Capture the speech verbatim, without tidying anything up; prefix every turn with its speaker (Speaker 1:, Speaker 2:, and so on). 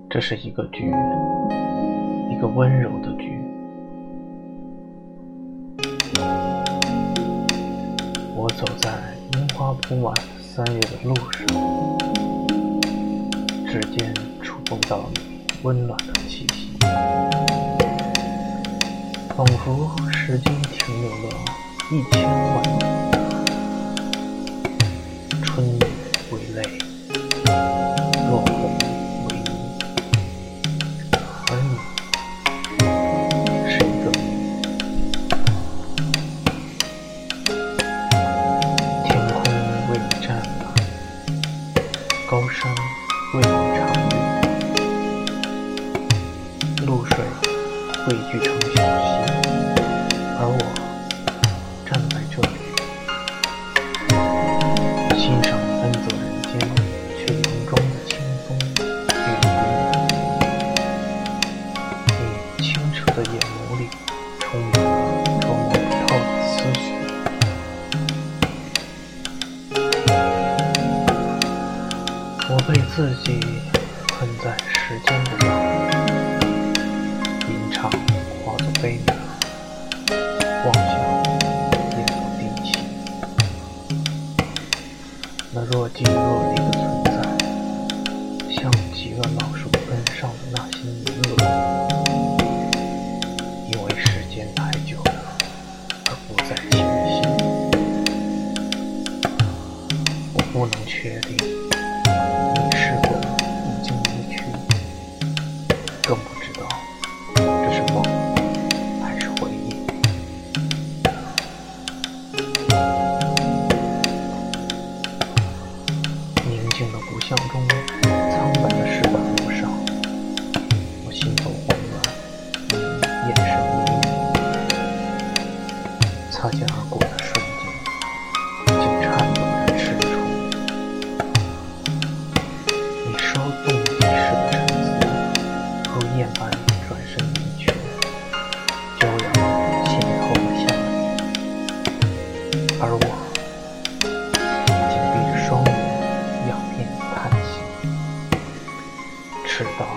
Speaker 1: 这是一个剧，一个温柔的剧。我走在樱花铺满三月的路上，指尖触碰到你温暖的气息，仿佛时间停留了一千万年。春雨为泪，落红为泥，而你是一个谜。天空为你湛蓝，高山为你长绿，露水汇聚成小溪，而我站在这里，欣赏奔走人间却营中的清风与你清澈的眼眸里充满了捉摸不透的思绪。我被自己困在时间的浪里，吟唱化作悲鸣，妄想变作低泣。那若即若离的存在，像极了老树根上的那些银轮，因为时间太久了而不再清晰。我不能确定你是否已经离去，更不知道这是梦还是回忆。宁静的古巷中，苍白的石板路上，我心头慌乱，你眼神迷离，擦肩而过的瞬间，竟颤抖着吃出你稍纵即逝的沉思，如燕般转身离去，骄阳浸透了下面，而我紧闭着双眼，仰面叹息，迟到